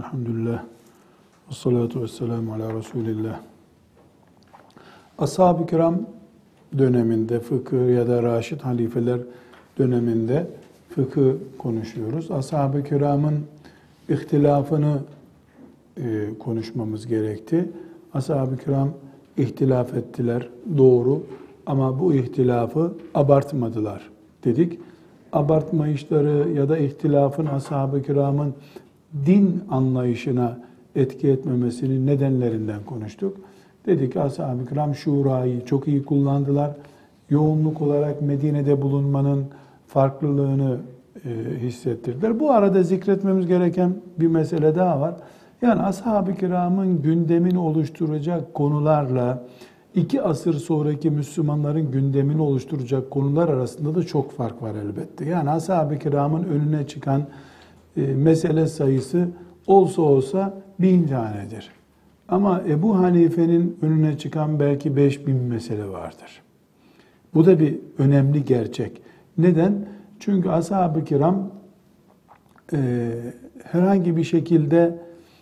Elhamdülillah. Ve salatu ve selamu ala Resulillah. Ashab-ı kiram döneminde fıkıh ya da Raşid halifeler döneminde fıkıh konuşuyoruz. Ashab-ı kiramın ihtilafını konuşmamız gerekti. Ashab-ı kiram ihtilaf ettiler, doğru, ama bu ihtilafı abartmadılar dedik. Abartma işleri ya da ihtilafın ashab-ı kiramın din anlayışına etki etmemesinin nedenlerinden konuştuk. Dedik ki ashab-ı kiram şurayı çok iyi kullandılar. Yoğunluk olarak Medine'de bulunmanın farklılığını hissettirdiler. Bu arada zikretmemiz gereken bir mesele daha var. Yani ashab-ı kiramın gündemini oluşturacak konularla 2 asır sonraki Müslümanların gündemini oluşturacak konular arasında da çok fark var elbette. Yani ashab-ı kiramın önüne çıkan mesele sayısı olsa olsa 1000 tanedir. Ama Ebu Hanife'nin önüne çıkan belki 5000 mesele vardır. Bu da bir önemli gerçek. Neden? Çünkü ashab-ı kiram herhangi bir şekilde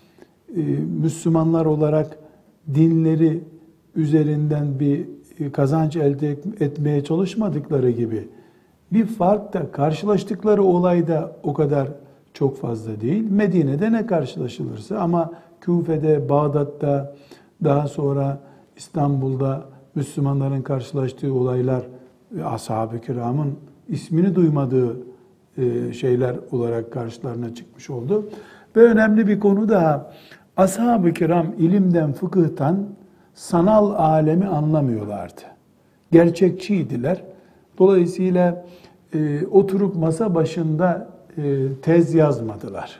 Müslümanlar olarak dinleri üzerinden bir kazanç elde etmeye çalışmadıkları gibi bir fark da karşılaştıkları olayda o kadar çok fazla değil. Medine'de ne karşılaşılırsa, ama Küfe'de, Bağdat'ta, daha sonra İstanbul'da Müslümanların karşılaştığı olaylar ashab-ı kiramın ismini duymadığı şeyler olarak karşılarına çıkmış oldu. Ve önemli bir konu daha, ashab-ı kiram ilimden, fıkıhtan sanal alemi anlamıyorlardı. Gerçekçiydiler. Dolayısıyla oturup masa başında tez yazmadılar.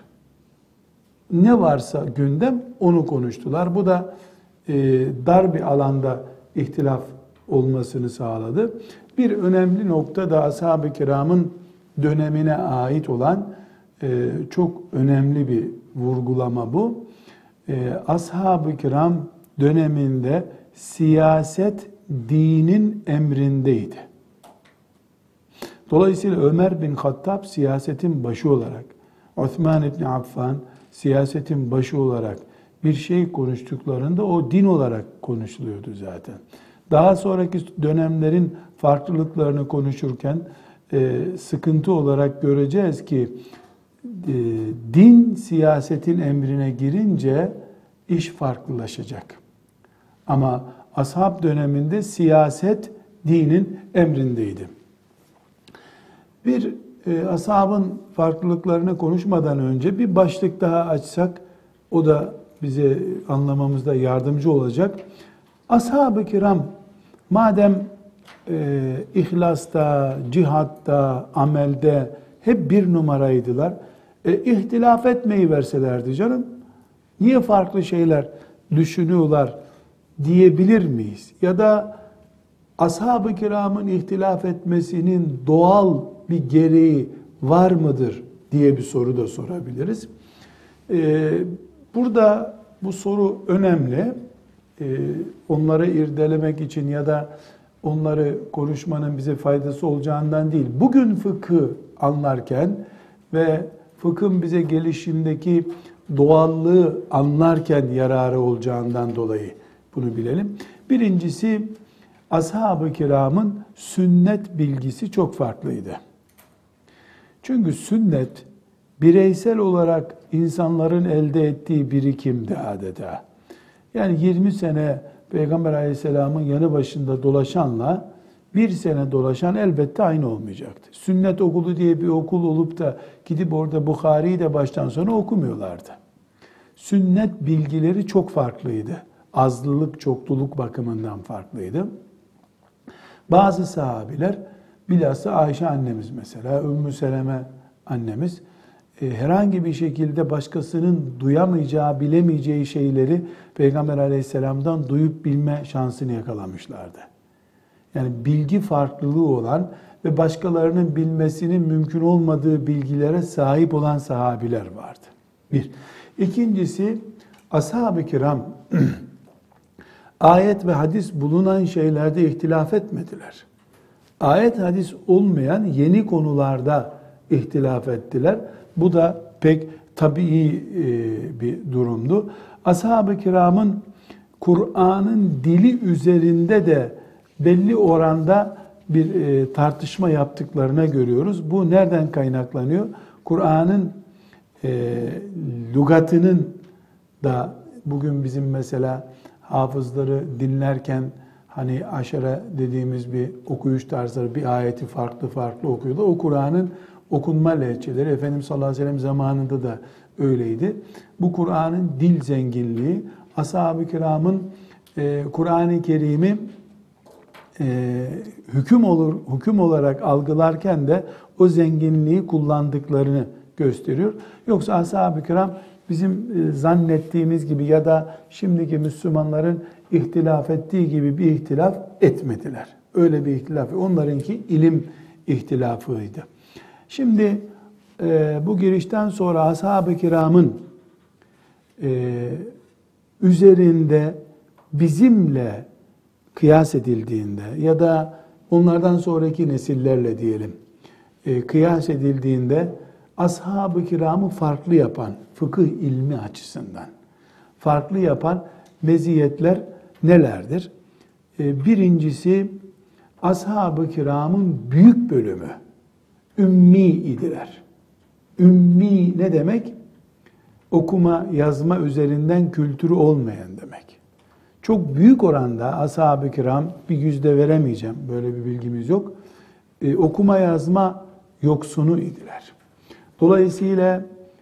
Ne varsa gündem onu konuştular. Bu da dar bir alanda ihtilaf olmasını sağladı. Bir önemli nokta da ashab-ı kiramın dönemine ait olan çok önemli bir vurgulama bu. Ashab-ı kiram döneminde siyaset dinin emrindeydi. Dolayısıyla Ömer bin Hattab siyasetin başı olarak, Osman İbni Affan siyasetin başı olarak bir şey konuştuklarında o din olarak konuşuluyordu zaten. Daha sonraki dönemlerin farklılıklarını konuşurken sıkıntı olarak göreceğiz ki din siyasetin emrine girince iş farklılaşacak. Ama ashab döneminde siyaset dinin emrindeydi. Bir ashabın farklılıklarını konuşmadan önce bir başlık daha açsak, o da bize anlamamızda yardımcı olacak. Ashab-ı kiram madem ihlasta, cihatta, amelde hep bir numaraydılar, ihtilaf etmeyi verselerdi canım, niye farklı şeyler düşünüyorlar diyebilir miyiz? Ya da ashab-ı kiramın ihtilaf etmesinin doğal bir gereği var mıdır diye bir soru da sorabiliriz. Burada bu soru önemli. Onları irdelemek için ya da onları konuşmanın bize faydası olacağından değil. Bugün fıkhı anlarken ve fıkhın bize gelişindeki doğallığı anlarken yararı olacağından dolayı bunu bilelim. Birincisi, ashab-ı kiramın sünnet bilgisi çok farklıydı. Çünkü sünnet bireysel olarak insanların elde ettiği birikimdi adeta. Yani 20 sene Peygamber Aleyhisselam'ın yanı başında dolaşanla bir sene dolaşan elbette aynı olmayacaktı. Sünnet okulu diye bir okul olup da gidip orada Bukhari'yi de baştan sona okumuyorlardı. Sünnet bilgileri çok farklıydı. Azlılık, çokluluk bakımından farklıydı. Bazı sahabiler, bilhassa Ayşe annemiz mesela, Ümmü Seleme annemiz, herhangi bir şekilde başkasının duyamayacağı, bilemeyeceği şeyleri Peygamber Aleyhisselam'dan duyup bilme şansını yakalamışlardı. Yani bilgi farklılığı olan ve başkalarının bilmesinin mümkün olmadığı bilgilere sahip olan sahabiler vardı. Bir. İkincisi, ashab-ı kiram ayet ve hadis bulunan şeylerde ihtilaf etmediler. Ayet hadis olmayan yeni konularda ihtilaf ettiler. Bu da pek tabii bir durumdu. Ashab-ı kiramın Kur'an'ın dili üzerinde de belli oranda bir tartışma yaptıklarına görüyoruz. Bu nereden kaynaklanıyor? Kur'an'ın lügatının da bugün bizim mesela hafızları dinlerken hani aşere dediğimiz bir okuyuş tarzları, bir ayeti farklı farklı okuyordu. O Kur'an'ın okunma lehçeleri Efendimiz sallallahu aleyhi ve sellem zamanında da öyleydi. Bu Kur'an'ın dil zenginliği, ashab-ı kiramın Kur'an-ı Kerim'i hüküm olarak algılarken de o zenginliği kullandıklarını gösteriyor. Yoksa ashab-ı kiram bizim zannettiğimiz gibi ya da şimdiki Müslümanların ihtilaf ettiği gibi bir ihtilaf etmediler. Öyle bir ihtilaf. Onlarınki ilim ihtilafıydı. Şimdi bu girişten sonra ashab-ı kiramın üzerinde bizimle kıyas edildiğinde ya da onlardan sonraki nesillerle diyelim kıyas edildiğinde ashab-ı kiramı farklı yapan, fıkıh ilmi açısından farklı yapan meziyetler nelerdir? Birincisi, ashab-ı kiramın büyük bölümü ümmi idiler. Ümmi ne demek? Okuma, yazma üzerinden kültürü olmayan demek. Çok büyük oranda ashab-ı kiram, bir yüzde veremeyeceğim, böyle bir bilgimiz yok, okuma yazma yoksunu idiler. Dolayısıyla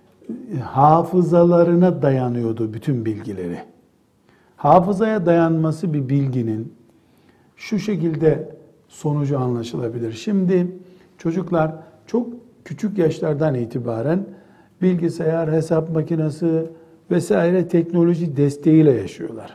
hafızalarına dayanıyordu bütün bilgileri. Hafızaya dayanması bir bilginin şu şekilde sonucu anlaşılabilir. Şimdi çocuklar çok küçük yaşlardan itibaren bilgisayar, hesap makinesi vesaire teknoloji desteğiyle yaşıyorlar.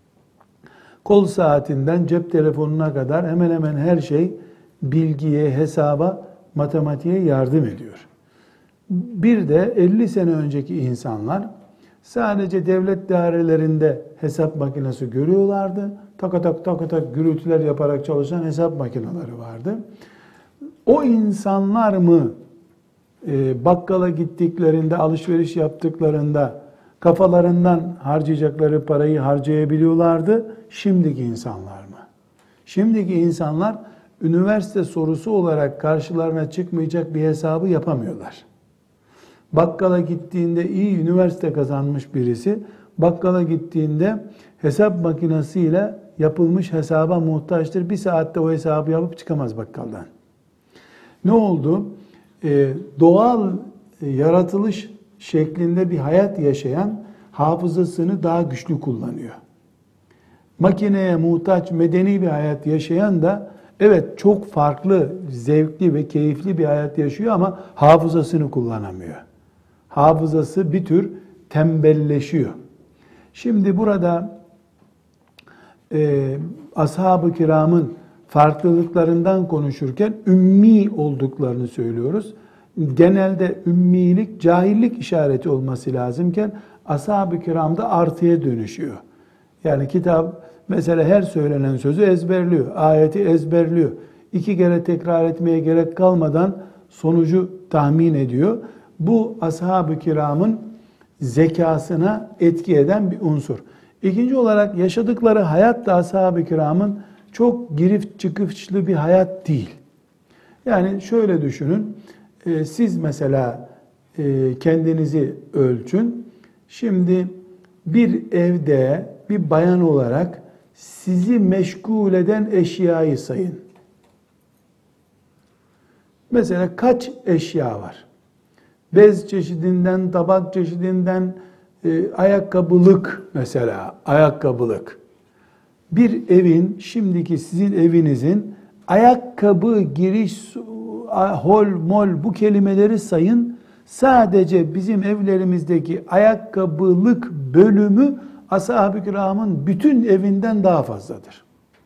Kol saatinden cep telefonuna kadar hemen hemen her şey bilgiye, hesaba, matematiğe yardım ediyor. Bir de 50 sene önceki insanlar sadece devlet dairelerinde hesap makinesi görüyorlardı. Tak tak gürültüler yaparak çalışan hesap makineleri vardı. O insanlar mı bakkala gittiklerinde, alışveriş yaptıklarında kafalarından harcayacakları parayı harcayabiliyorlardı? Şimdiki insanlar mı? Şimdiki insanlar üniversite sorusu olarak karşılarına çıkmayacak bir hesabı yapamıyorlar. Bakkala gittiğinde iyi üniversite kazanmış birisi, bakkala gittiğinde hesap makinesiyle yapılmış hesaba muhtaçtır. Bir saatte o hesabı yapıp çıkamaz bakkaldan. Ne oldu? Doğal yaratılış şeklinde bir hayat yaşayan hafızasını daha güçlü kullanıyor. Makineye muhtaç medeni bir hayat yaşayan da evet çok farklı, zevkli ve keyifli bir hayat yaşıyor ama hafızasını kullanamıyor. Hafızası bir tür tembelleşiyor. Şimdi burada ashab-ı kiramın farklılıklarından konuşurken ümmi olduklarını söylüyoruz. Genelde ümmilik, cahillik işareti olması lazımken ashab-ı kiramda artıya dönüşüyor. Yani kitap mesela her söylenen sözü ezberliyor, ayeti ezberliyor. 2 kere tekrar etmeye gerek kalmadan sonucu tahmin ediyor. Bu ashab-ı kiramın zekasına etki eden bir unsur. İkinci olarak yaşadıkları hayat da ashab-ı kiramın çok girift çıkışlı bir hayat değil. Yani şöyle düşünün, siz mesela kendinizi ölçün. Şimdi bir evde bir bayan olarak sizi meşgul eden eşyayı sayın. Mesela kaç eşya var? Bez çeşidinden, tabak çeşidinden, ayakkabılık mesela, ayakkabılık. Bir evin, şimdiki sizin evinizin ayakkabı, giriş, hol, mol bu kelimeleri sayın. Sadece bizim evlerimizdeki ayakkabılık bölümü ashab-ı kiramın bütün evinden daha fazladır.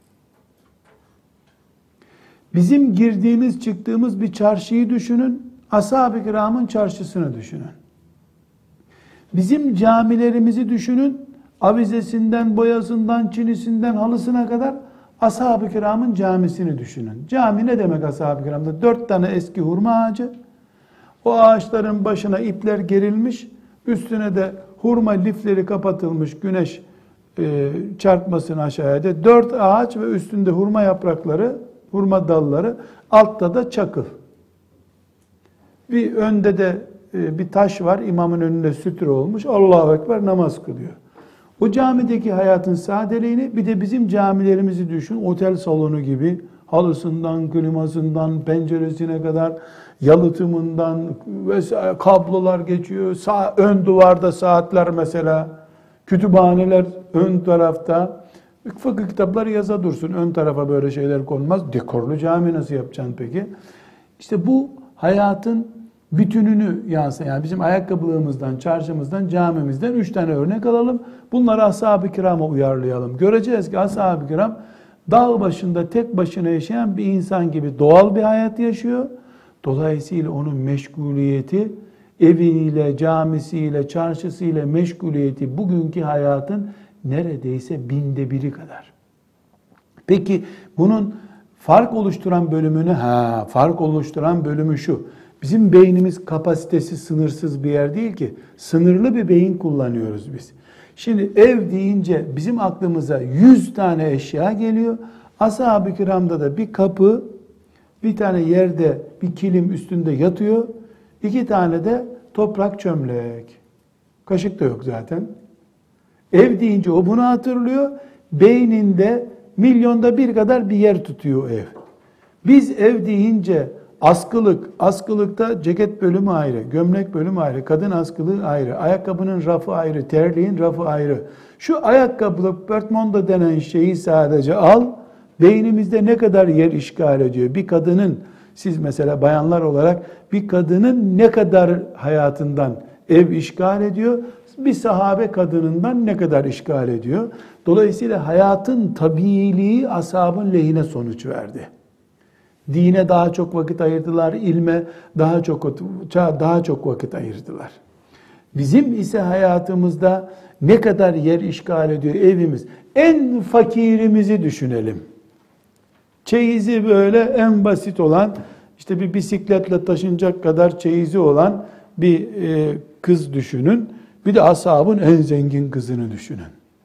Bizim girdiğimiz, çıktığımız bir çarşıyı düşünün, ashab-ı kiramın çarşısını düşünün. Bizim camilerimizi düşünün, avizesinden, boyasından, çinisinden, halısına kadar ashab-ı kiramın camisini düşünün. Cami ne demek ashab-ı kiramda? 4 tane eski hurma ağacı, O ağaçların başına ipler gerilmiş, üstüne de hurma lifleri kapatılmış, güneş çarpmasın aşağıya da. 4 ağaç ve üstünde hurma yaprakları, hurma dalları, altta da çakıl. Bir önde de bir taş var, imamın önünde sütre olmuş, Allahu Ekber namaz kılıyor. O camideki hayatın sadeliğini, bir de bizim camilerimizi düşün, otel salonu gibi, halısından, klimasından, penceresine kadar, yalıtımından vesaire kablolar geçiyor. Ön duvarda saatler mesela, kütüphaneler ön tarafta. Fıkıh kitapları yaza dursun. Ön tarafa böyle şeyler konmaz. Dekorlu cami nasıl yapacaksın peki? İşte bu hayatın bütününü yansıtan, yani bizim ayakkabılığımızdan, çarşımızdan, camimizden 3 tane örnek alalım. Bunları ashab-ı kirama uyarlayalım. Göreceğiz ki ashab-ı kiram dağ başında tek başına yaşayan bir insan gibi doğal bir hayat yaşıyor. Dolayısıyla onun meşguliyeti, eviyle, camisiyle, çarşısıyla meşguliyeti bugünkü hayatın neredeyse 1/1000'i kadar. Peki bunun fark oluşturan bölümünü, fark oluşturan bölümü şu. Bizim beynimiz kapasitesi sınırsız bir yer değil ki. Sınırlı bir beyin kullanıyoruz biz. Şimdi ev deyince bizim aklımıza 100 tane eşya geliyor. Ashab-ı kiramda da bir kapı, bir tane yerde bir kilim üstünde yatıyor. 2 tane de toprak çömlek. Kaşık da yok zaten. Ev deyince o bunu hatırlıyor. Beyninde milyonda bir kadar bir yer tutuyor ev. Biz ev deyince askılıkta ceket bölümü ayrı, gömlek bölümü ayrı, kadın askılığı ayrı, ayakkabının rafı ayrı, terliğin rafı ayrı. Şu ayakkabılık, portmanto denen şeyi sadece al, beynimizde ne kadar yer işgal ediyor? Bir kadının, siz mesela bayanlar olarak, bir kadının ne kadar hayatından ev işgal ediyor? Bir sahabe kadınından ne kadar işgal ediyor? Dolayısıyla hayatın tabiiliği ashabın lehine sonuç verdi. Dine daha çok vakit ayırdılar, ilme daha çok vakit ayırdılar. Bizim ise hayatımızda ne kadar yer işgal ediyor evimiz? En fakirimizi düşünelim. Çeyizi böyle en basit olan, işte bir bisikletle taşınacak kadar çeyizi olan bir kız düşünün. Bir de ashabın en zengin kızını düşünün.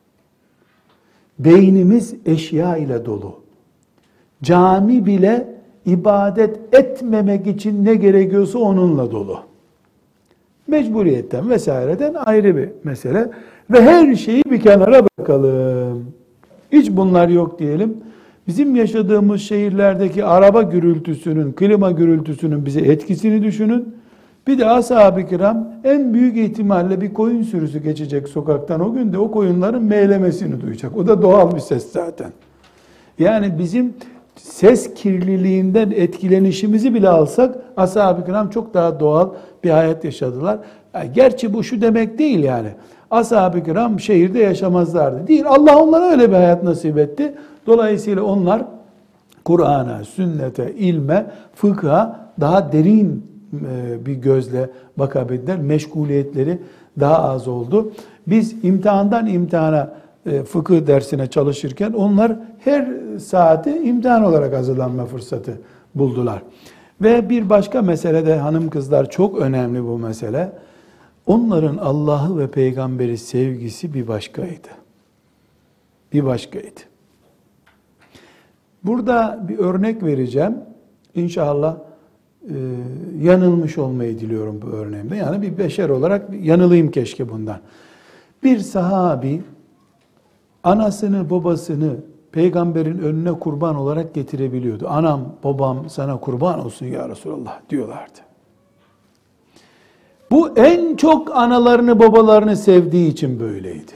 Beynimiz eşya ile dolu. Cami bile ibadet etmemek için ne gerekiyorsa onunla dolu. Mecburiyetten vesaireden ayrı bir mesele. Ve her şeyi bir kenara bırakalım. Hiç bunlar yok diyelim. Bizim yaşadığımız şehirlerdeki araba gürültüsünün, klima gürültüsünün bize etkisini düşünün. Bir de ashab-ı kiram en büyük ihtimalle bir koyun sürüsü geçecek sokaktan o gün de o koyunların meylemesini duyacak. O da doğal bir ses zaten. Yani bizim ses kirliliğinden etkilenişimizi bile alsak ashab-ı kiram çok daha doğal bir hayat yaşadılar. Yani gerçi bu şu demek değil yani. Ashab-ı kiram şehirde yaşamazlardı. Değil. Allah onlara öyle bir hayat nasip etti. Dolayısıyla onlar Kur'an'a, sünnete, ilme, fıkha daha derin bir gözle bakabildiler. Meşguliyetleri daha az oldu. Biz imtihandan imtihana fıkıh dersine çalışırken onlar her saati imtihan olarak hazırlanma fırsatı buldular. Ve bir başka mesele de hanım kızlar çok önemli bu mesele. Onların Allah'ı ve peygamberi sevgisi bir başkaydı. Bir başkaydı. Burada bir örnek vereceğim. İnşallah yanılmış olmayı diliyorum bu örneğimde. Yani bir beşer olarak yanılayım keşke bundan. Bir sahabi anasını babasını peygamberin önüne kurban olarak getirebiliyordu. Anam babam sana kurban olsun ya Resulallah diyorlardı. Bu en çok analarını babalarını sevdiği için böyleydi.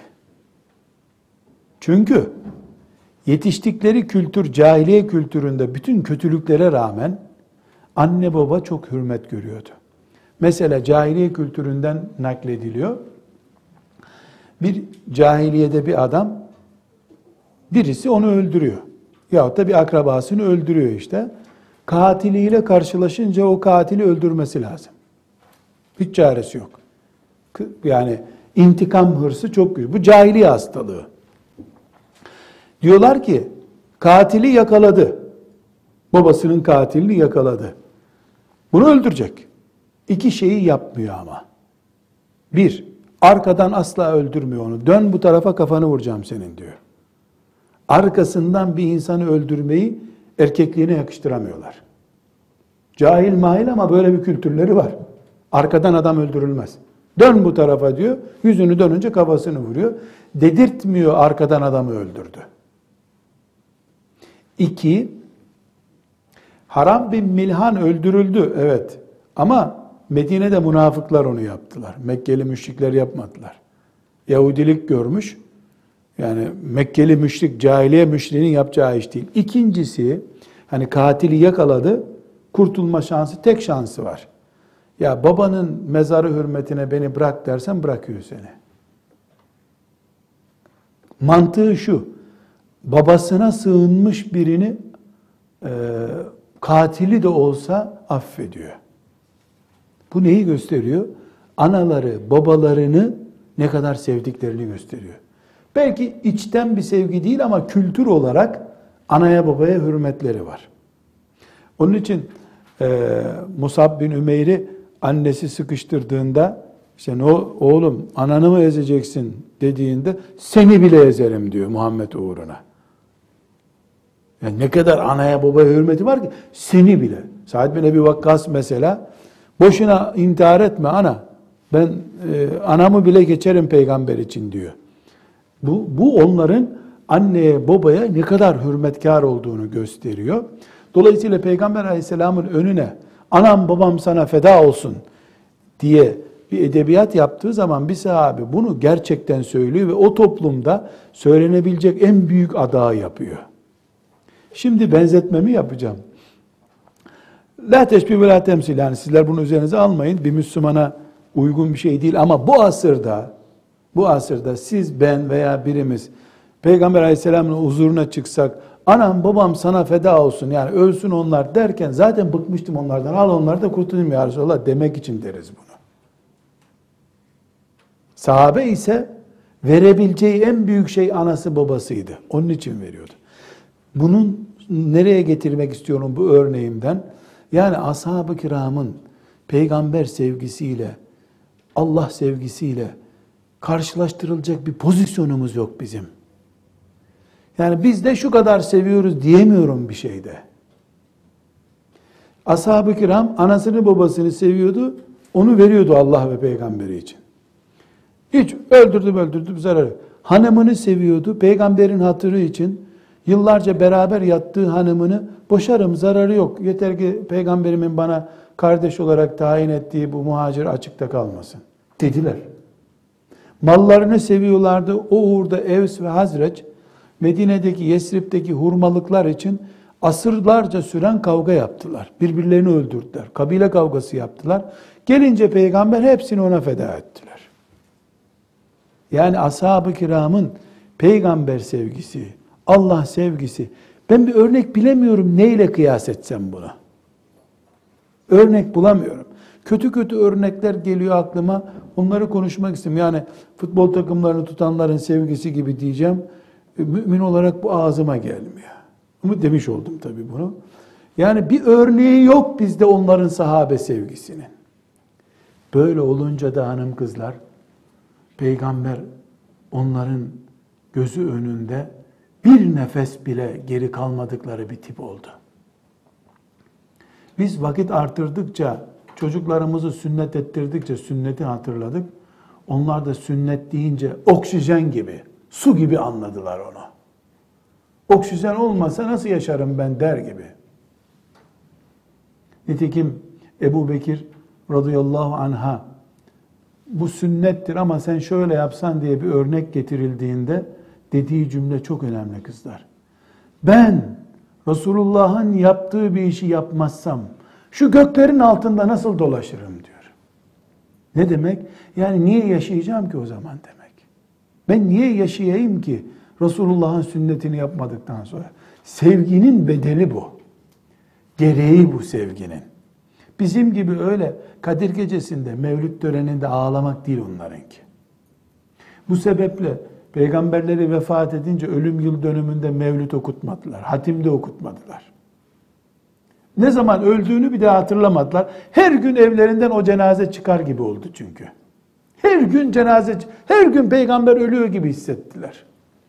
Çünkü yetiştikleri kültür, cahiliye kültüründe bütün kötülüklere rağmen anne baba çok hürmet görüyordu. Mesela cahiliye kültüründen naklediliyor. Bir cahiliyede bir adam, birisi onu öldürüyor. Yahut da bir akrabasını öldürüyor işte. Katiliyle karşılaşınca o katili öldürmesi lazım. Hiç çaresi yok. Yani intikam hırsı çok güçlü. Bu cahiliye hastalığı. Diyorlar ki katili yakaladı. Babasının katilini yakaladı. Bunu öldürecek. İki şeyi yapmıyor ama. Bir, arkadan asla öldürmüyor onu. Dön bu tarafa, kafanı vuracağım senin diyor. Arkasından bir insanı öldürmeyi erkekliğine yakıştıramıyorlar. Cahil mahil ama böyle bir kültürleri var. Arkadan adam öldürülmez. Dön bu tarafa diyor. Yüzünü dönünce kafasını vuruyor. Dedirtmiyor arkadan adamı öldürdü. İki, Haram bin Milhan öldürüldü. Evet. Ama Medine'de münafıklar onu yaptılar. Mekkeli müşrikler yapmadılar. Yahudilik görmüş. Yani Mekkeli müşrik, cahiliye müşriğinin yapacağı iş değil. İkincisi, hani katili yakaladı, kurtulma şansı, tek şansı var. Ya babanın mezarı hürmetine beni bırak dersen bırakıyor seni. Mantığı şu, babasına sığınmış birini katili de olsa affediyor. Bu neyi gösteriyor? Anaları, babalarını ne kadar sevdiklerini gösteriyor. Belki içten bir sevgi değil ama kültür olarak anaya babaya hürmetleri var. Onun için Musab bin Ümeyr'i annesi sıkıştırdığında, işte oğlum ananı mı ezeceksin dediğinde, seni bile ezerim diyor Muhammed uğruna. Yani ne kadar anaya babaya hürmeti var ki, seni bile. Sa'd bin Ebi Vakkas mesela, boşuna intihar etme ana, ben anamı bile geçerim peygamber için diyor. Bu onların anneye babaya ne kadar hürmetkar olduğunu gösteriyor. Dolayısıyla Peygamber Aleyhisselam'ın önüne anam babam sana feda olsun diye bir edebiyat yaptığı zaman bir sahabe bunu gerçekten söylüyor ve o toplumda söylenebilecek en büyük adağı yapıyor. Şimdi benzetmemi yapacağım. La teşbih ve la temsil, yani sizler bunu üzerinize almayın. Bir Müslümana uygun bir şey değil ama bu asırda siz, ben veya birimiz Peygamber Aleyhisselam'ın huzuruna çıksak, anam babam sana feda olsun, yani ölsün onlar derken, zaten bıkmıştım onlardan, al onları da kurtulayım ya Resulallah demek için deriz bunu. Sahabe ise verebileceği en büyük şey anası babasıydı. Onun için veriyordu. Bunun nereye getirmek istiyorum bu örneğimden? Yani ashab-ı kiramın peygamber sevgisiyle, Allah sevgisiyle karşılaştırılacak bir pozisyonumuz yok bizim. Yani biz de şu kadar seviyoruz diyemiyorum bir şeyde. Ashab-ı kiram anasını babasını seviyordu, onu veriyordu Allah ve peygamberi için. Hiç öldürdüm zararı. Hanımını seviyordu, peygamberin hatırı için yıllarca beraber yattığı hanımını boşarım, zararı yok. Yeter ki peygamberimin bana kardeş olarak tayin ettiği bu muhacir açıkta kalmasın dediler. Mallarını seviyorlardı. O uğurda Evs ve Hazreç Medine'deki, Yesrib'deki hurmalıklar için asırlarca süren kavga yaptılar. Birbirlerini öldürdüler. Kabile kavgası yaptılar. Gelince peygamber hepsini ona feda ettiler. Yani ashab-ı kiramın peygamber sevgisi, Allah sevgisi, ben bir örnek bilemiyorum neyle kıyas etsem bunu. Örnek bulamıyorum. Kötü örnekler geliyor aklıma. Onları konuşmak istiyorum. Yani futbol takımlarını tutanların sevgisi gibi diyeceğim. Mümin olarak bu ağzıma gelmiyor. Ama demiş oldum tabii bunu. Yani bir örneği yok bizde onların sahabe sevgisinin. Böyle olunca da hanım kızlar, peygamber onların gözü önünde bir nefes bile geri kalmadıkları bir tip oldu. Biz vakit artırdıkça, çocuklarımızı sünnet ettirdikçe sünneti hatırladık. Onlar da sünnet deyince oksijen gibi, su gibi anladılar onu. Oksijen olmasa nasıl yaşarım ben der gibi. Nitekim Ebu Bekir radıyallahu anh'a bu sünnettir ama sen şöyle yapsan diye bir örnek getirildiğinde dediği cümle çok önemli kızlar. Ben Resulullah'ın yaptığı bir işi yapmazsam şu göklerin altında nasıl dolaşırım diyor. Ne demek? Yani niye yaşayacağım ki o zaman demek. Ben niye yaşayayım ki Resulullah'ın sünnetini yapmadıktan sonra? Sevginin bedeli bu. Gereği bu sevginin. Bizim gibi öyle Kadir Gecesi'nde, Mevlüt töreninde ağlamak değil onlarınki. Bu sebeple peygamberleri vefat edince ölüm yıl dönümünde mevlüt okutmadılar. Hatimde okutmadılar. Ne zaman öldüğünü bir daha hatırlamadılar. Her gün evlerinden o cenaze çıkar gibi oldu çünkü. Her gün cenaze, her gün peygamber ölüyor gibi hissettiler.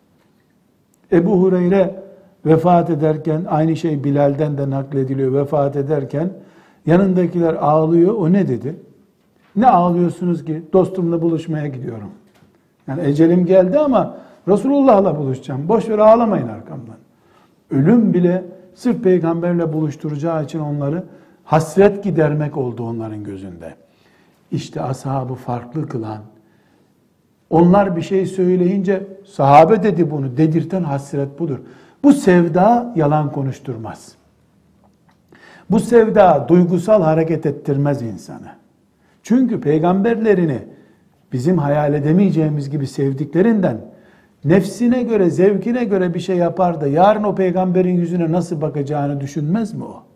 Ebu Hureyre vefat ederken, aynı şey Bilal'den de naklediliyor, vefat ederken yanındakiler ağlıyor. O ne dedi? Ne ağlıyorsunuz ki? Dostumla buluşmaya gidiyorum. Yani ecelim geldi ama Resulullah'la buluşacağım. Boş ver, ağlamayın arkamdan. Ölüm bile sırf peygamberle buluşturacağı için onları hasret gidermek oldu onların gözünde. İşte ashabı farklı kılan, onlar bir şey söyleyince sahabe dedi bunu dedirten hasret budur. Bu sevda yalan konuşturmaz. Bu sevda duygusal hareket ettirmez insanı. Çünkü peygamberlerini bizim hayal edemeyeceğimiz gibi sevdiklerinden nefsine göre, zevkine göre bir şey yapar da yarın o peygamberin yüzüne nasıl bakacağını düşünmez mi o?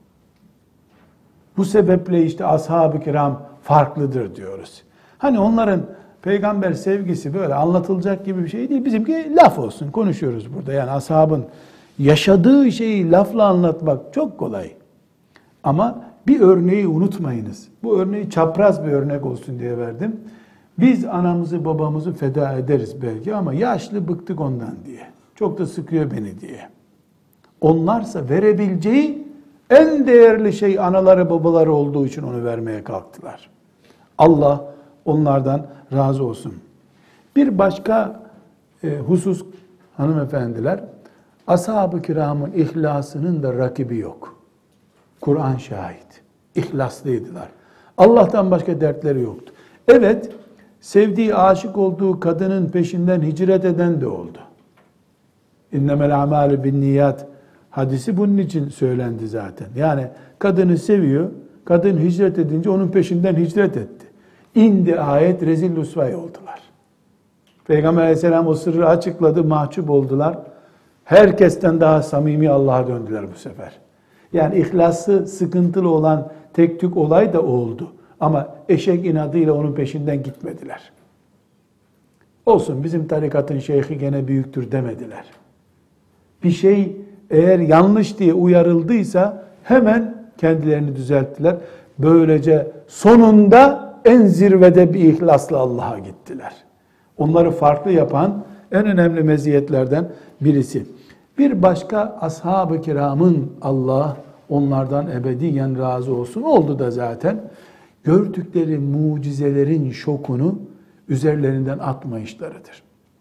Bu sebeple işte ashab-ı kiram farklıdır diyoruz. Hani onların peygamber sevgisi böyle anlatılacak gibi bir şey değil. Bizimki laf olsun, konuşuyoruz burada. Yani ashabın yaşadığı şeyi lafla anlatmak çok kolay. Ama bir örneği unutmayınız. Bu örneği çapraz bir örnek olsun diye verdim. Biz anamızı babamızı feda ederiz belki ama yaşlı bıktık ondan diye. Çok da sıkıyor beni diye. Onlarsa verebileceği en değerli şey anaları babaları olduğu için onu vermeye kalktılar. Allah onlardan razı olsun. Bir başka husus hanımefendiler, ashab-ı kiramın ihlasının da rakibi yok. Kur'an şahit. İhlaslıydılar. Allah'tan başka dertleri yoktu. Evet, sevdiği, aşık olduğu kadının peşinden hicret eden de oldu. İnnemel amalü binniyat hadisi bunun için söylendi zaten. Yani kadını seviyor, kadın hicret edince onun peşinden hicret etti. İndi ayet, rezil rüsvay oldular. Peygamber aleyhisselam o sırrı açıkladı, mahcup oldular. Herkesten daha samimi Allah'a döndüler bu sefer. Yani ihlası sıkıntılı olan tek tük olay da oldu. Ama eşek inadıyla onun peşinden gitmediler. Olsun bizim tarikatın şeyhi gene büyüktür demediler. Bir şey eğer yanlış diye uyarıldıysa hemen kendilerini düzelttiler. Böylece sonunda en zirvede bir ihlasla Allah'a gittiler. Onları farklı yapan en önemli meziyetlerden birisi. Bir başka ashab-ı kiramın Allah onlardan ebediyen razı olsun oldu da zaten gördükleri mucizelerin şokunu üzerlerinden atmayışlarıdır.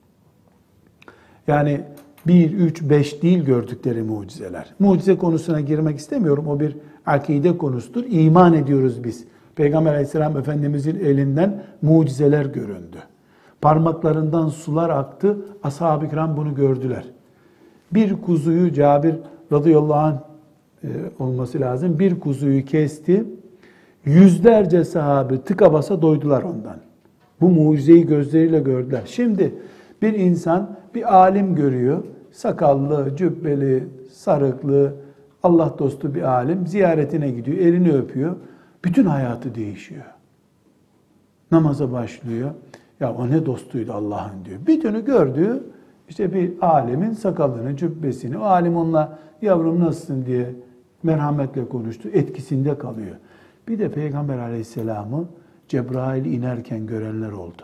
Yani 1, 3, 5 değil gördükleri mucizeler. Mucize konusuna girmek istemiyorum. O bir akide konusudur. İman ediyoruz biz. Peygamber aleyhisselam Efendimizin elinden mucizeler göründü. Parmaklarından sular aktı. Ashab-ı kiram bunu gördüler. Bir kuzuyu Cabir radıyallahu anh olması lazım. Bir kuzuyu kesti. Yüzlerce sahabe tıka basa doydular ondan. Bu mucizeyi gözleriyle gördüler. Şimdi bir insan bir alim görüyor. Sakallı, cübbeli, sarıklı, Allah dostu bir alim ziyaretine gidiyor. Elini öpüyor. Bütün hayatı değişiyor. Namaza başlıyor. Ya o ne dostuydu Allah'ın diyor. Bir günü gördüğü işte bir alimin sakalını, cübbesini. O alim onunla yavrum nasılsın diye merhametle konuştu. Etkisinde kalıyor. Bir de Peygamber aleyhisselamı Cebrail inerken görenler oldu.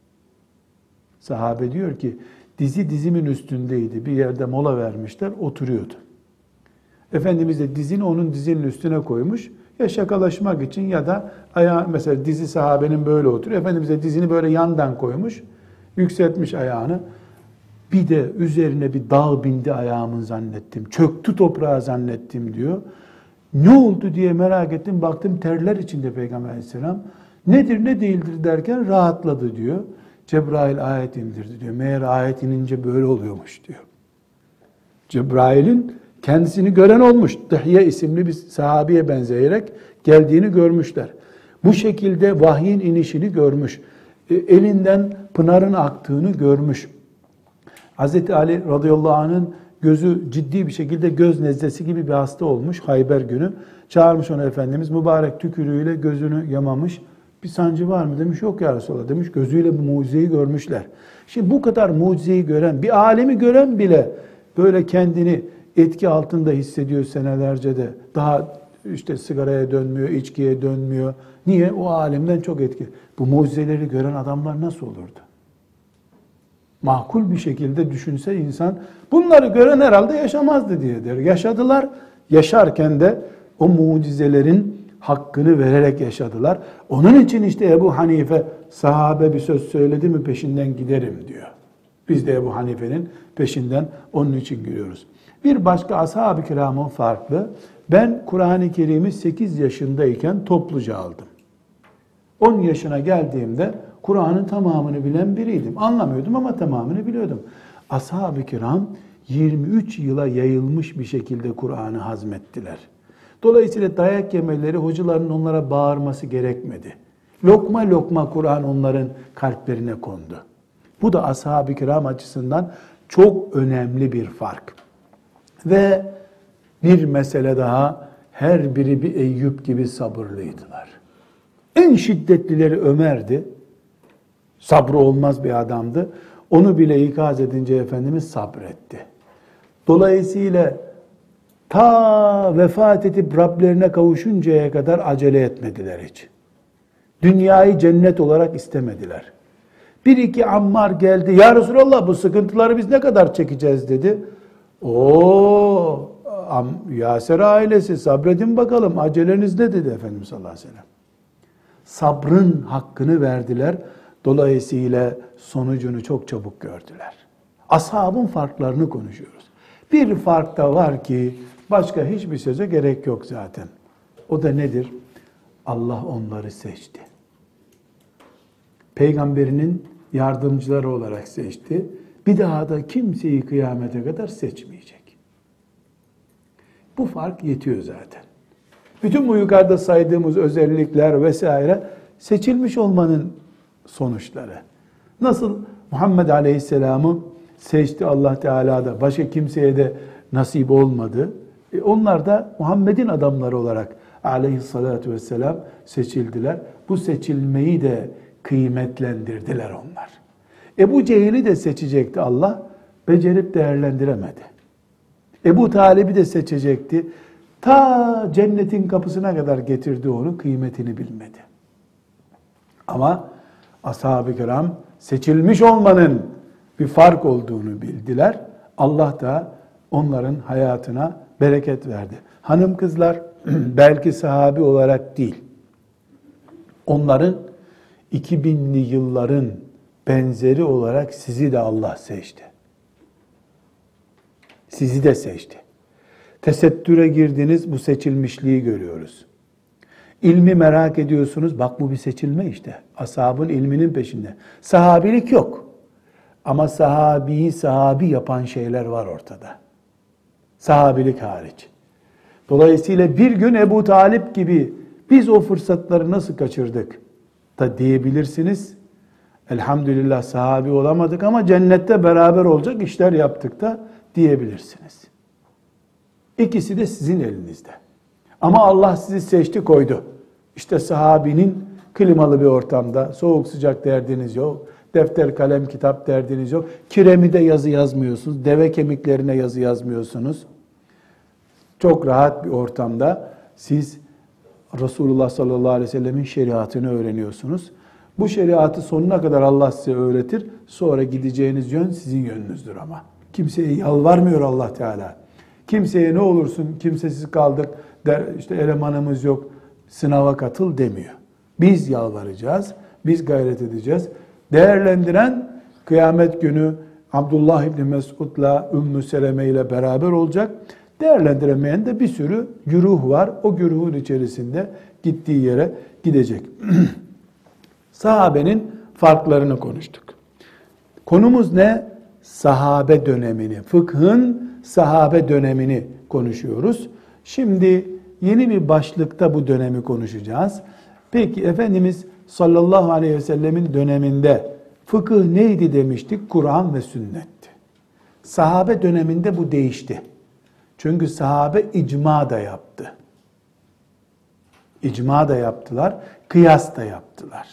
Sahabe diyor ki dizi dizimin üstündeydi. Bir yerde mola vermişler, oturuyordu. Efendimiz de dizini onun dizinin üstüne koymuş. Ya şakalaşmak için ya da ayağı, mesela dizi sahabenin böyle oturuyor. Efendimiz de dizini böyle yandan koymuş. Yükseltmiş ayağını. Bir de üzerine bir dağ bindi ayağımın zannettim. Çöktü toprağa zannettim diyor. Ne oldu diye merak ettim. Baktım terler içinde Peygamber aleyhisselam. Nedir ne değildir derken rahatladı diyor. Cebrail ayet indirdi diyor. Meğer ayet inince böyle oluyormuş diyor. Cebrail'in kendisini gören olmuş. Dihye isimli bir sahabeye benzeyerek geldiğini görmüşler. Bu şekilde vahyin inişini görmüş. Elinden pınarın aktığını görmüş. Hz. Ali radıyallahu anh'ın gözü ciddi bir şekilde göz nezlesi gibi bir hasta olmuş Hayber günü. Çağırmış onu Efendimiz. Mübarek tükürüğüyle gözünü yamamış. Bir sancı var mı demiş. Yok ya Resulallah demiş. Gözüyle bu mucizeyi görmüşler. Şimdi bu kadar mucizeyi gören, bir alemi gören bile böyle kendini etki altında hissediyor senelerce de. Daha işte sigaraya dönmüyor, içkiye dönmüyor. Niye? O alemden çok etki. Bu mucizeleri gören adamlar nasıl olurdu? Makul bir şekilde düşünse insan, bunları gören herhalde yaşamazdı diye der. Yaşadılar. Yaşarken de o mucizelerin hakkını vererek yaşadılar. Onun için işte Ebu Hanife, sahabe bir söz söyledi mi peşinden giderim diyor. Biz de Ebu Hanife'nin peşinden onun için gidiyoruz. Bir başka ashab-ı kiramın farklı. Ben Kur'an-ı Kerim'i 8 yaşındayken topluca aldım. 10 yaşına geldiğimde Kur'an'ın tamamını bilen biriydim. Anlamıyordum ama tamamını biliyordum. Ashab-ı kiram 23 yıla yayılmış bir şekilde Kur'an'ı hazmettiler. Dolayısıyla dayak yemeleri, hocaların onlara bağırması gerekmedi. Lokma lokma Kur'an onların kalplerine kondu. Bu da ashab-ı kiram açısından çok önemli bir fark. Ve bir mesele daha, her biri bir Eyüp gibi sabırlıydılar. En şiddetlileri Ömer'di. Sabrı olmaz bir adamdı. Onu bile ikaz edince Efendimiz sabretti. Dolayısıyla ta vefat edip Rablerine kavuşuncaya kadar acele etmediler hiç. Dünyayı cennet olarak istemediler. Bir iki Ammar geldi. Ya Resulallah, bu sıkıntıları biz ne kadar çekeceğiz dedi. O Yaser ailesi, sabredin bakalım, aceleniz ne dedi Efendimiz sallallahu aleyhi ve sellem. Sabrın hakkını verdiler. Dolayısıyla sonucunu çok çabuk gördüler. Ashabın farklarını konuşuyoruz. Bir fark da var ki başka hiçbir söze gerek yok zaten. O da nedir? Allah onları seçti. Peygamberinin yardımcıları olarak seçti. Bir daha da kimseyi kıyamete kadar seçmeyecek. Bu fark yetiyor zaten. Bütün bu yukarıda saydığımız özellikler vesaire seçilmiş olmanın sonuçları. Nasıl Muhammed Aleyhisselam'ı seçti Allah Teala da, başka kimseye de nasip olmadı. Onlar da Muhammed'in adamları olarak Aleyhisselatü Vesselam seçildiler. Bu seçilmeyi de kıymetlendirdiler onlar. Ebu Cehil'i de seçecekti Allah, becerip değerlendiremedi. Ebu Talib'i de seçecekti. Ta cennetin kapısına kadar getirdi onu, kıymetini bilmedi. Ama ashab-ı kiram seçilmiş olmanın bir fark olduğunu bildiler. Allah da onların hayatına bereket verdi. Hanım kızlar belki sahabi olarak değil, onların 2000'li yılların benzeri olarak sizi de Allah seçti. Sizi de seçti. Tesettüre girdiniz, bu seçilmişliği görüyoruz. İlmi merak ediyorsunuz, bak bu bir seçilme işte. Ashabın ilminin peşinde. Sahabilik yok. Ama sahabiyi sahabi yapan şeyler var ortada. Sahabilik hariç. Dolayısıyla bir gün Ebu Talip gibi biz o fırsatları nasıl kaçırdık da diyebilirsiniz. Elhamdülillah sahabi olamadık ama cennette beraber olacak işler yaptık da diyebilirsiniz. İkisi de sizin elinizde. Ama Allah sizi seçti, koydu. İşte sahabinin klimalı bir ortamda, soğuk sıcak derdiniz yok. Defter, kalem, kitap derdiniz yok. Kiremide yazı yazmıyorsunuz. Deve kemiklerine yazı yazmıyorsunuz. Çok rahat bir ortamda siz Resulullah sallallahu aleyhi ve sellemin şeriatını öğreniyorsunuz. Bu şeriatı sonuna kadar Allah size öğretir. Sonra gideceğiniz yön sizin yönünüzdür ama. Kimseye yalvarmıyor Allah Teala. Kimseye ne olursun kimsesiz kaldık, işte elemanımız yok, sınava katıl demiyor. Biz yalvaracağız, biz gayret edeceğiz. Değerlendiren kıyamet günü Abdullah İbni Mesud'la Ümmü Seleme ile beraber olacak. Değerlendiremeyen de bir sürü güruh var. O güruhun içerisinde gittiği yere gidecek. Sahabenin farklarını konuştuk. Konumuz ne? Sahabe dönemini, fıkhın sahabe dönemini konuşuyoruz. Şimdi yeni bir başlıkta bu dönemi konuşacağız. Peki Efendimiz sallallahu aleyhi ve sellemin döneminde fıkıh neydi demiştik? Kur'an ve sünnetti. Sahabe döneminde bu değişti. Çünkü sahabe icma da yaptı. İcma da yaptılar, kıyas da yaptılar.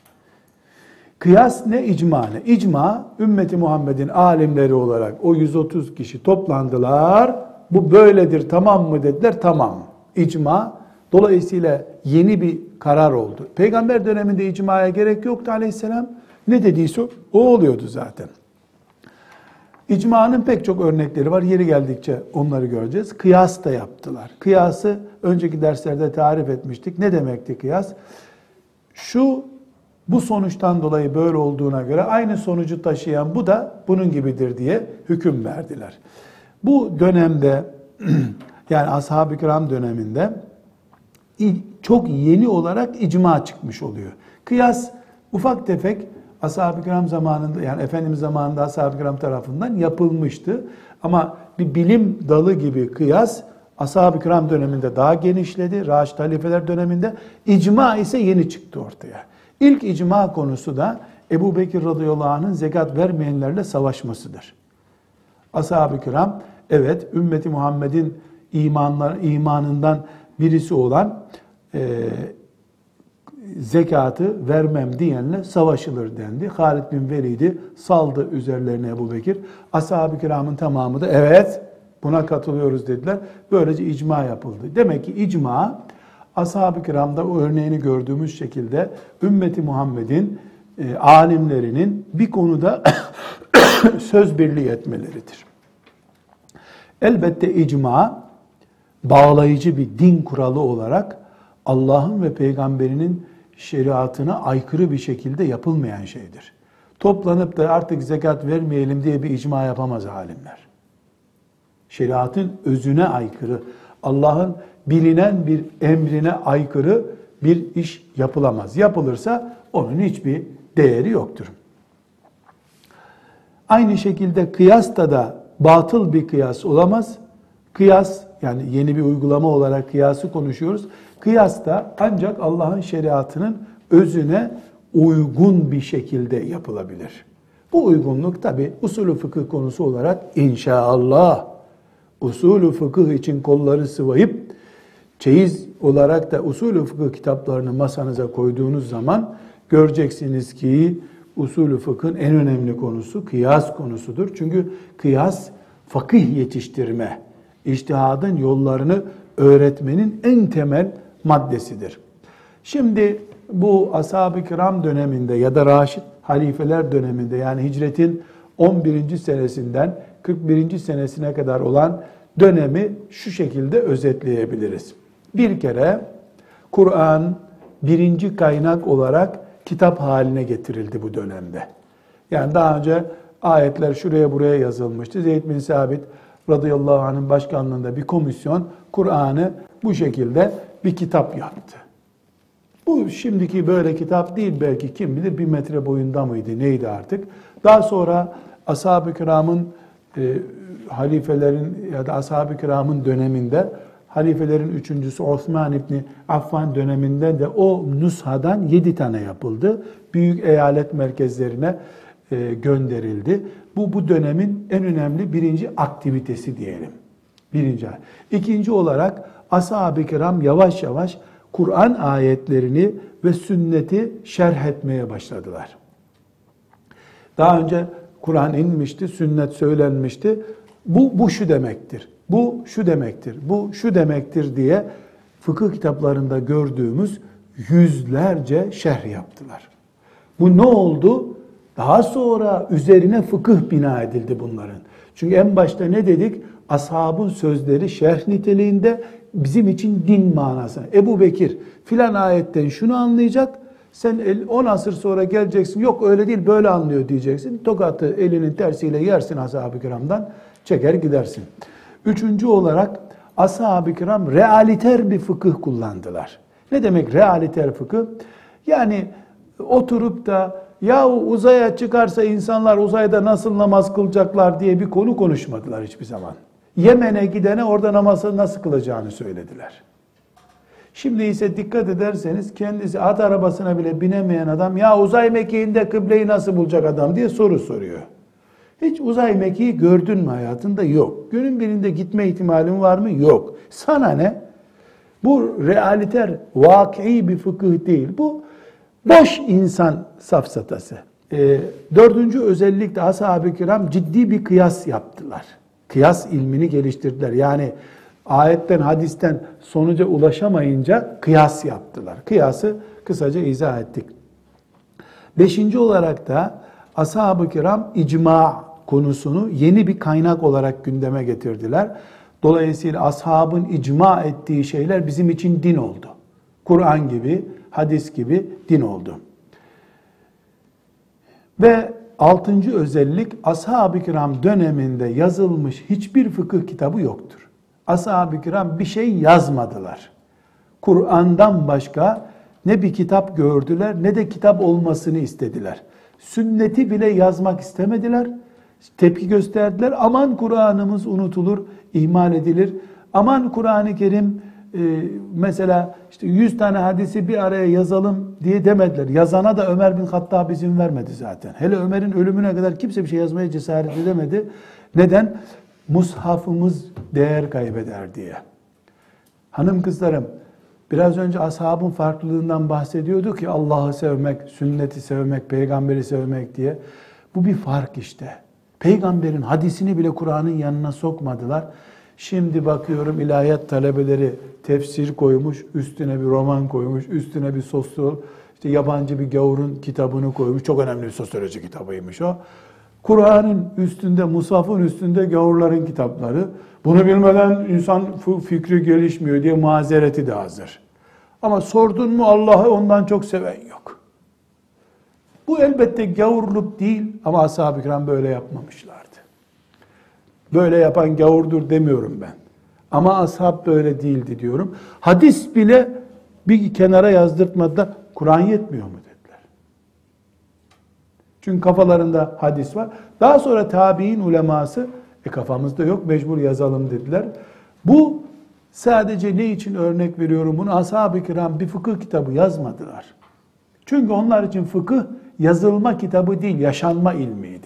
Kıyas ne, icma ne? İcma, ümmeti Muhammed'in alimleri olarak o 130 kişi toplandılar. Bu böyledir, tamam mı dediler, tamam. İcma, Dolayısıyla yeni bir karar oldu. Peygamber döneminde icmaya gerek yoktu aleyhisselam. Ne dediyse o oluyordu zaten. İcmanın pek çok örnekleri var. Yeri geldikçe onları göreceğiz. Kıyas da yaptılar. Kıyası önceki derslerde tarif etmiştik. Ne demekti kıyas? Bu sonuçtan dolayı böyle olduğuna göre aynı sonucu taşıyan bu da bunun gibidir diye hüküm verdiler. Bu dönemde yani Ashab-ı Kiram döneminde çok yeni olarak icma çıkmış oluyor. Kıyas ufak tefek Ashab-ı Kiram zamanında, yani Efendimiz zamanında Ashab-ı Kiram tarafından yapılmıştı. Ama bir bilim dalı gibi kıyas Ashab-ı Kiram döneminde daha genişledi. Raşid halifeler döneminde. İcma ise yeni çıktı ortaya. İlk icma konusu da Ebu Bekir radıyallahu anh'ın zekat vermeyenlerle savaşmasıdır. Ashab-ı Kiram, evet, ümmeti Muhammed'in imanından birisi olan zekatı vermem diyenle savaşılır dendi. Halid bin Velid'i saldı üzerlerine Ebu Bekir. Ashab-ı Kiram'ın tamamı da evet buna katılıyoruz dediler. Böylece icma yapıldı. Demek ki icma Ashab-ı Kiram'da o örneğini gördüğümüz şekilde ümmeti Muhammed'in alimlerinin bir konuda söz birliği etmeleridir. Elbette icma bağlayıcı bir din kuralı olarak Allah'ın ve Peygamberinin şeriatına aykırı bir şekilde yapılmayan şeydir. Toplanıp da artık zekat vermeyelim diye bir icma yapamaz alimler. Şeriatın özüne aykırı, Allah'ın bilinen bir emrine aykırı bir iş yapılamaz. Yapılırsa onun hiçbir değeri yoktur. Aynı şekilde kıyasta da batıl bir kıyas olamaz. Kıyas, yani yeni bir uygulama olarak kıyası konuşuyoruz. Kıyas da ancak Allah'ın şeriatının özüne uygun bir şekilde yapılabilir. Bu uygunluk tabi usulü fıkıh konusu olarak inşallah usulü fıkıh için kolları sıvayıp çeyiz olarak da usulü fıkıh kitaplarını masanıza koyduğunuz zaman göreceksiniz ki usulü fıkhın en önemli konusu kıyas konusudur. Çünkü kıyas fakih yetiştirme, içtihadın yollarını öğretmenin en temel maddesidir. Şimdi bu Ashab-ı Kiram döneminde ya da Raşid halifeler döneminde, yani hicretin 11. senesinden 41. senesine kadar olan dönemi şu şekilde özetleyebiliriz. Bir kere Kur'an birinci kaynak olarak kitap haline getirildi bu dönemde. Yani daha önce ayetler şuraya buraya yazılmıştı. Zeyd bin Sabit radıyallahu anh'ın başkanlığında bir komisyon Kur'an'ı bu şekilde bir kitap yaptı. Bu şimdiki böyle kitap değil, belki kim bilir 1 metre boyunda mıydı, neydi artık. Daha sonra Ashab-ı Kiram'ın halifelerin ya da Ashab-ı Kiram'ın döneminde halifelerin üçüncüsü Osman İbni Affan döneminde de o nushadan 7 tane yapıldı. Büyük eyalet merkezlerine gönderildi. Bu dönemin en önemli birinci aktivitesi diyelim. Birinci. İkinci olarak Ashab-ı Kiram yavaş yavaş Kur'an ayetlerini ve sünneti şerh etmeye başladılar. Daha önce Kur'an inmişti, sünnet söylenmişti. Bu şu demektir, bu şu demektir, bu şu demektir diye fıkıh kitaplarında gördüğümüz yüzlerce şerh yaptılar. Bu ne oldu? Daha sonra üzerine fıkıh bina edildi bunların. Çünkü en başta ne dedik? Ashabın sözleri şerh niteliğinde, bizim için din manasına. Ebu Bekir filan ayetten şunu anlayacak, sen 10 asır sonra geleceksin, yok öyle değil böyle anlıyor diyeceksin. Tokatı elinin tersiyle yersin ashab-ı kiramdan, çeker gidersin. Üçüncü olarak ashab-ı kiram realiter bir fıkıh kullandılar. Ne demek realiter fıkıh? Yani oturup da yahu uzaya çıkarsa insanlar uzayda nasıl namaz kılacaklar diye bir konu konuşmadılar hiçbir zaman. Yemen'e gidene orada namazı nasıl kılacağını söylediler. Şimdi ise dikkat ederseniz kendisi at arabasına bile binemeyen adam ya uzay mekiğinde kıbleyi nasıl bulacak adam diye soru soruyor. Hiç uzay mekiği gördün mü hayatında? Yok. Günün birinde gitme ihtimalin var mı? Yok. Sana ne? Bu realiter, vakî bir fıkıh değil. Bu boş insan safsatası. Dördüncü özellik de ashab-ı kiram ciddi bir kıyas yaptılar. Kıyas ilmini geliştirdiler. Yani Ayetten, hadisten sonuca ulaşamayınca kıyas yaptılar. Kıyası kısaca izah ettik. Beşinci olarak da ashab-ı kiram icma konusunu yeni bir kaynak olarak gündeme getirdiler. Dolayısıyla ashabın icma ettiği şeyler bizim için din oldu. Kur'an gibi, hadis gibi din oldu. Ve altıncı özellik, ashab-ı kiram döneminde yazılmış hiçbir fıkıh kitabı yoktur. Ashab-ı kiram bir şey yazmadılar. Kur'an'dan başka ne bir kitap gördüler ne de kitap olmasını istediler. Sünneti bile yazmak istemediler. Tepki gösterdiler. Aman Kur'an'ımız unutulur, ihmal edilir. Aman Kur'an-ı Kerim mesela işte 100 tane hadisi bir araya yazalım diye demediler. Yazana da Ömer bin Hattab izin vermedi zaten. Hele Ömer'in ölümüne kadar kimse bir şey yazmaya cesaret edemedi. Neden? Mushafımız değer kaybeder diye. Hanım kızlarım, biraz önce ashabın farklılığından bahsediyorduk ya, Allah'ı sevmek, sünneti sevmek, peygamberi sevmek diye. Bu bir fark işte. Peygamberin hadisini bile Kur'an'ın yanına sokmadılar. Şimdi bakıyorum ilahiyat talebeleri tefsir koymuş, üstüne bir roman koymuş, üstüne bir işte yabancı bir gavurun kitabını koymuş. Çok önemli bir sosyoloji kitabıymış o. Kur'an'ın üstünde, mushafın üstünde gavurların kitapları. Bunu bilmeden insan fikri gelişmiyor diye mazereti de hazır. Ama sordun mu Allah'ı ondan çok seven yok. Bu elbette gavurluk değil ama ashab-ı kiram böyle yapmamışlardı. Böyle yapan gavurdur demiyorum ben. Ama ashab böyle değildi diyorum. Hadis bile bir kenara yazdırtmadılar. Kur'an yetmiyor mu dediler. Çünkü kafalarında hadis var. Daha sonra tabi'in uleması kafamızda yok mecbur yazalım dediler. Bu sadece ne için örnek veriyorum bunu? Ashab-ı kiram bir fıkıh kitabı yazmadılar. Çünkü onlar için fıkıh yazılma kitabı değil, yaşanma ilmiydi.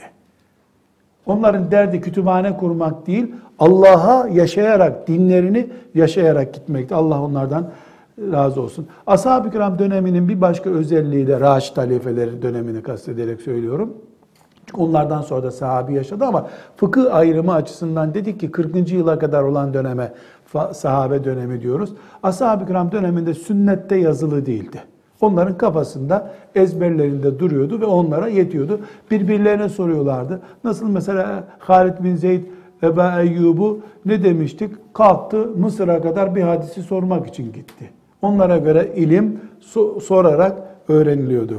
Onların derdi kütüphane kurmak değil, Allah'a yaşayarak, dinlerini yaşayarak gitmekti. Allah onlardan razı olsun. Ashab-ı kiram döneminin bir başka özelliği de Raşid halifeleri dönemini kastederek söylüyorum. Çünkü onlardan sonra da sahabi yaşadı ama fıkıh ayrımı açısından dedik ki 40. yıla kadar olan döneme sahabe dönemi diyoruz. Ashab-ı kiram döneminde sünnette yazılı değildi. Onların kafasında, ezberlerinde duruyordu ve onlara yetiyordu. Birbirlerine soruyorlardı. Nasıl mesela Halid bin Zeyd, Eba Eyyub'u ne demiştik? Kalktı Mısır'a kadar bir hadisi sormak için gitti. Onlara göre ilim sorarak öğreniliyordu.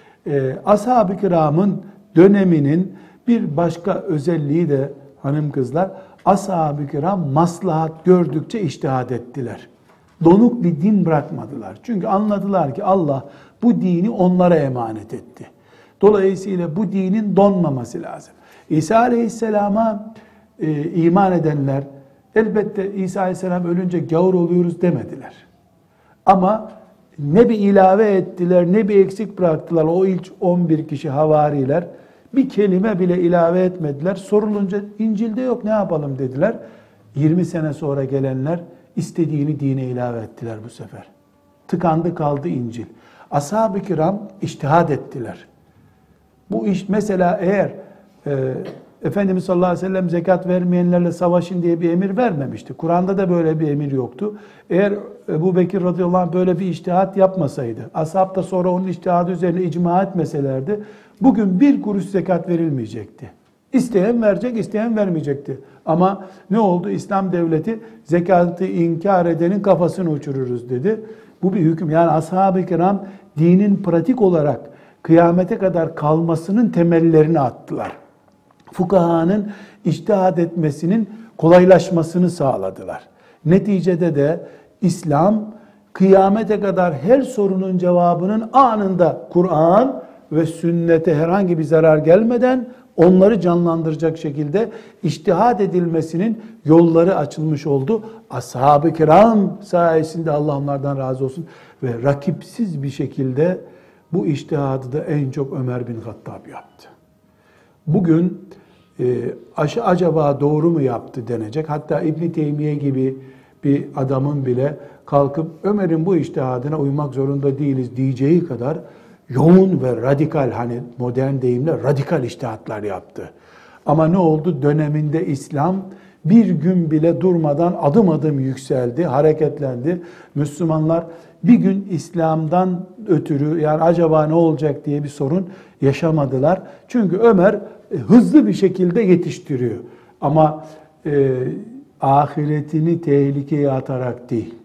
Ashab-ı kiramın döneminin bir başka özelliği de hanım kızlar, ashab-ı kiram maslahat gördükçe içtihat ettiler. Donuk bir din bırakmadılar. Çünkü anladılar ki Allah bu dini onlara emanet etti. Dolayısıyla bu dinin donmaması lazım. İsa Aleyhisselam'a iman edenler elbette İsa Aleyhisselam ölünce gavur oluyoruz demediler. Ama ne bir ilave ettiler ne bir eksik bıraktılar. O ilk 11 kişi havariler bir kelime bile ilave etmediler. Sorulunca İncil'de yok ne yapalım dediler. 20 sene sonra gelenler İstediğini dine ilave ettiler bu sefer. Tıkandı kaldı İncil. Ashab-ı kiram içtihad ettiler. Bu iş mesela eğer Efendimiz sallallahu aleyhi ve sellem zekat vermeyenlerle savaşın diye bir emir vermemişti. Kur'an'da da böyle bir emir yoktu. Eğer Ebu Bekir radıyallahu anh böyle bir içtihat yapmasaydı, ashab da sonra onun içtihadı üzerine icma etmeselerdi, bugün bir kuruş zekat verilmeyecekti. İsteyen verecek, isteyen vermeyecekti. Ama ne oldu? İslam devleti zekatı inkar edenin kafasını uçururuz dedi. Bu bir hüküm. Yani ashab-ı kiram dinin pratik olarak kıyamete kadar kalmasının temellerini attılar. Fukahanın içtihad etmesinin kolaylaşmasını sağladılar. Neticede de İslam kıyamete kadar her sorunun cevabının anında Kur'an ve sünnete herhangi bir zarar gelmeden onları canlandıracak şekilde içtihad edilmesinin yolları açılmış oldu. Ashab-ı kiram sayesinde Allah onlardan razı olsun ve rakipsiz bir şekilde bu içtihadı da en çok Ömer bin Hattab yaptı. Bugün acaba doğru mu yaptı denecek. Hatta İbn Teymiye gibi bir adamın bile kalkıp Ömer'in bu içtihadına uymak zorunda değiliz diyeceği kadar yoğun ve radikal, hani modern deyimle radikal içtihatlar yaptı. Ama ne oldu? Döneminde İslam bir gün bile durmadan adım adım yükseldi, hareketlendi. Müslümanlar bir gün İslam'dan ötürü yani acaba ne olacak diye bir sorun yaşamadılar. Çünkü Ömer hızlı bir şekilde yetiştiriyor. Ama ahiretini tehlikeye atarak değil,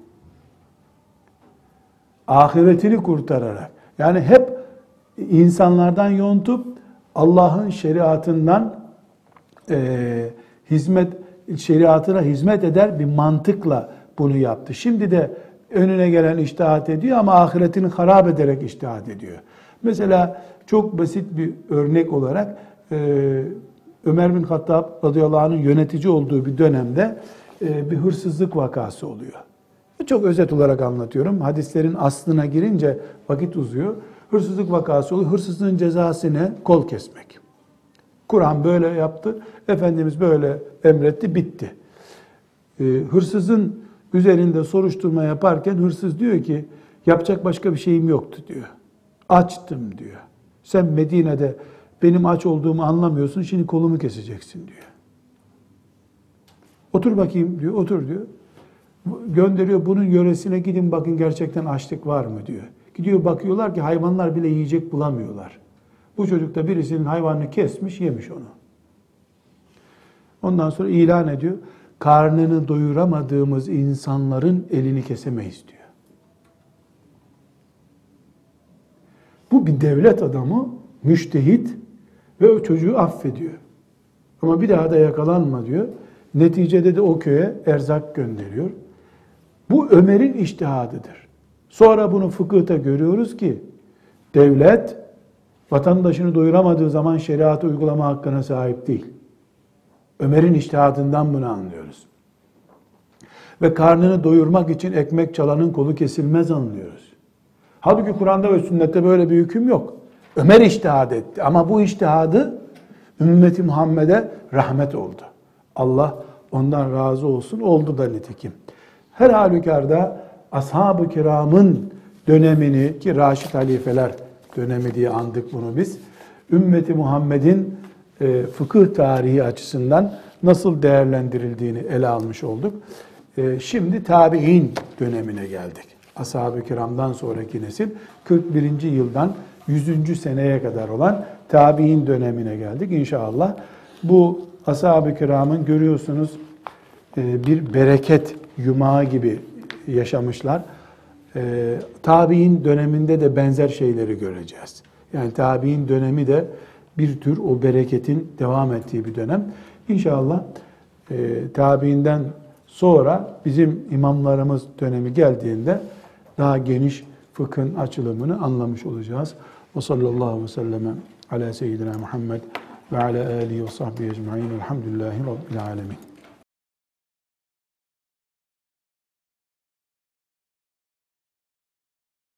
ahiretini kurtararak. Yani hep insanlardan yontup Allah'ın şeriatından şeriatına hizmet eder bir mantıkla bunu yaptı. Şimdi de önüne gelen içtihat ediyor ama ahiretini harap ederek içtihat ediyor. Mesela çok basit bir örnek olarak Ömer bin Hattab radıyallahu anh'ın yönetici olduğu bir dönemde bir hırsızlık vakası oluyor. Çok özet olarak anlatıyorum. Hadislerin aslına girince vakit uzuyor. Hırsızlık vakası oluyor. Hırsızlığın cezası ne? Kol kesmek. Kur'an böyle yaptı. Efendimiz böyle emretti. Bitti. Hırsızın üzerinde soruşturma yaparken hırsız diyor ki yapacak başka bir şeyim yoktu diyor. Açtım diyor. Sen Medine'de benim aç olduğumu anlamıyorsun. Şimdi kolumu keseceksin diyor. Otur bakayım diyor. Otur diyor. Gönderiyor bunun yöresine gidin bakın gerçekten açlık var mı diyor. Gidiyor bakıyorlar ki hayvanlar bile yiyecek bulamıyorlar. Bu çocuk da birisinin hayvanını kesmiş yemiş onu. Ondan sonra ilan ediyor. Karnını doyuramadığımız insanların elini kesemeyiz diyor. Bu bir devlet adamı, müştehit ve o çocuğu affediyor. Ama bir daha da yakalanma diyor. Neticede de o köye erzak gönderiyor. Bu Ömer'in içtihadıdır. Sonra bunu fıkıhta görüyoruz ki devlet vatandaşını doyuramadığı zaman şeriatı uygulama hakkına sahip değil. Ömer'in içtihadından bunu anlıyoruz. Ve karnını doyurmak için ekmek çalanın kolu kesilmez anlıyoruz. Halbuki Kur'an'da ve sünnette böyle bir hüküm yok. Ömer içtihad etti ama bu içtihadı ümmeti Muhammed'e rahmet oldu. Allah ondan razı olsun, oldu da nitekim. Her halükarda ashab-ı kiramın dönemini, ki Raşid halifeler dönemi diye andık bunu biz, ümmeti Muhammed'in fıkıh tarihi açısından nasıl değerlendirildiğini ele almış olduk. Şimdi tabi'in dönemine geldik. Ashab-ı kiramdan sonraki nesil 41. yıldan 100. seneye kadar olan tabi'in dönemine geldik. İnşallah bu ashab-ı kiramın görüyorsunuz bir bereket yumağı gibi yaşamışlar. Tabi'in döneminde de benzer şeyleri göreceğiz. Yani tabi'in dönemi de bir tür o bereketin devam ettiği bir dönem. İnşallah tabi'inden sonra bizim imamlarımız dönemi geldiğinde daha geniş fıkhın açılımını anlamış olacağız. Ve sallallahu aleyhi ve sellem ala seyyidina Muhammed ve ala alihi ve sahbihi ecma'in. Elhamdülillahi Rabbil alemin.